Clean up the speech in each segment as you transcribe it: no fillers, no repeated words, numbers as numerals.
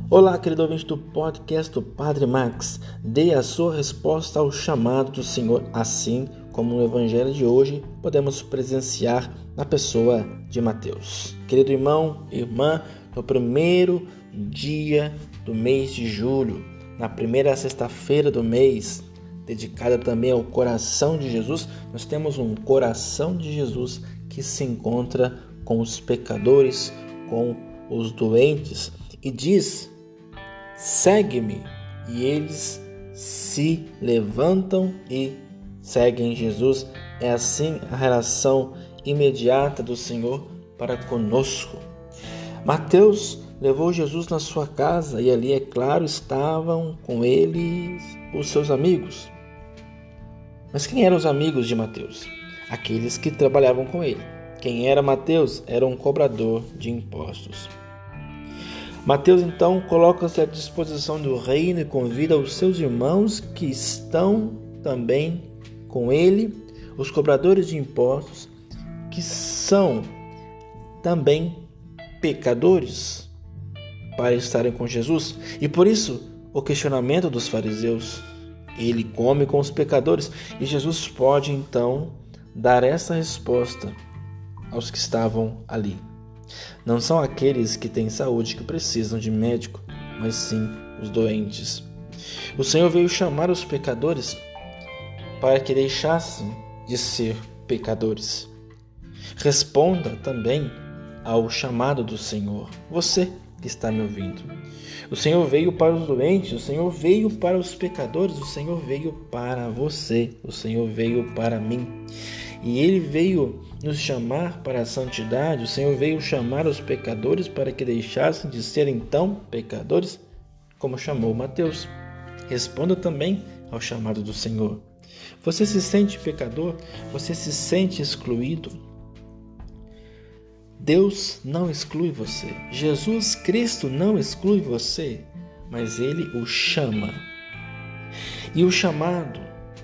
Olá, querido ouvinte do podcast do Padre Max. Dê a sua resposta ao chamado do Senhor, assim como no Evangelho de hoje podemos presenciar na pessoa de Mateus. Querido irmão e irmã, no primeiro dia do mês de julho, na primeira sexta-feira do mês, dedicada também ao coração de Jesus, nós temos um coração de Jesus que se encontra com os pecadores, com os doentes e diz: segue-me, e eles se levantam e seguem Jesus. É assim a relação imediata do Senhor para conosco. Mateus levou Jesus na sua casa e ali, é claro, estavam com ele os seus amigos. Mas quem eram os amigos de Mateus? Aqueles que trabalhavam com ele. Quem era Mateus? Era um cobrador de impostos. Mateus então coloca-se à disposição do reino e convida os seus irmãos que estão também com ele, os cobradores de impostos, que são também pecadores, para estarem com Jesus. E por isso o questionamento dos fariseus: ele come com os pecadores? E Jesus pode então dar essa resposta aos que estavam ali. Não são aqueles que têm saúde que precisam de médico, mas sim os doentes. O Senhor veio chamar os pecadores para que deixassem de ser pecadores. Responda também ao chamado do Senhor, você que está me ouvindo. O Senhor veio para os doentes, o Senhor veio para os pecadores, o Senhor veio para você, o Senhor veio para mim. E Ele veio nos chamar para a santidade, o Senhor veio chamar os pecadores para que deixassem de ser então pecadores, como chamou Mateus. Responda também ao chamado do Senhor. Você se sente pecador? Você se sente excluído? Deus não exclui você. Jesus Cristo não exclui você, mas Ele o chama. E o chamado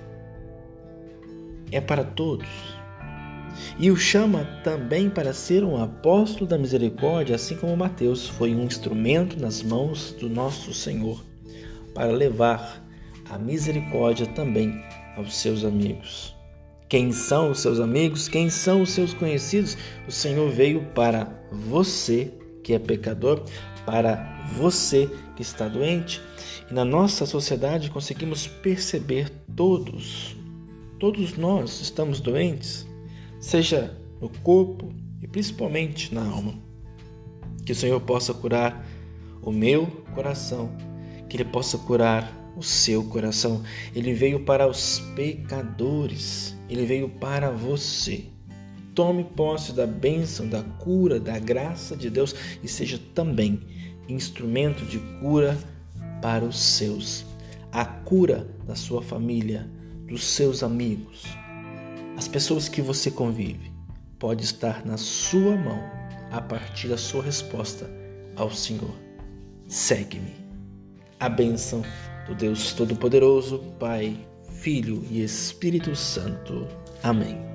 é para todos. E o chama também para ser um apóstolo da misericórdia, assim como Mateus foi um instrumento nas mãos do nosso Senhor para levar a misericórdia também aos seus amigos. Quem são os seus amigos? Quem são os seus conhecidos? O Senhor veio para você que é pecador, para você que está doente. E na nossa sociedade conseguimos perceber todos nós estamos doentes, seja no corpo e principalmente na alma. Que o Senhor possa curar o meu coração, que Ele possa curar o seu coração. Ele veio para os pecadores, Ele veio para você. Tome posse da bênção, da cura, da graça de Deus e seja também instrumento de cura para os seus. A cura da sua família, dos seus amigos, as pessoas que você convive, pode estar na sua mão a partir da sua resposta ao Senhor. Segue-me. A bênção do Deus Todo-Poderoso, Pai, Filho e Espírito Santo. Amém.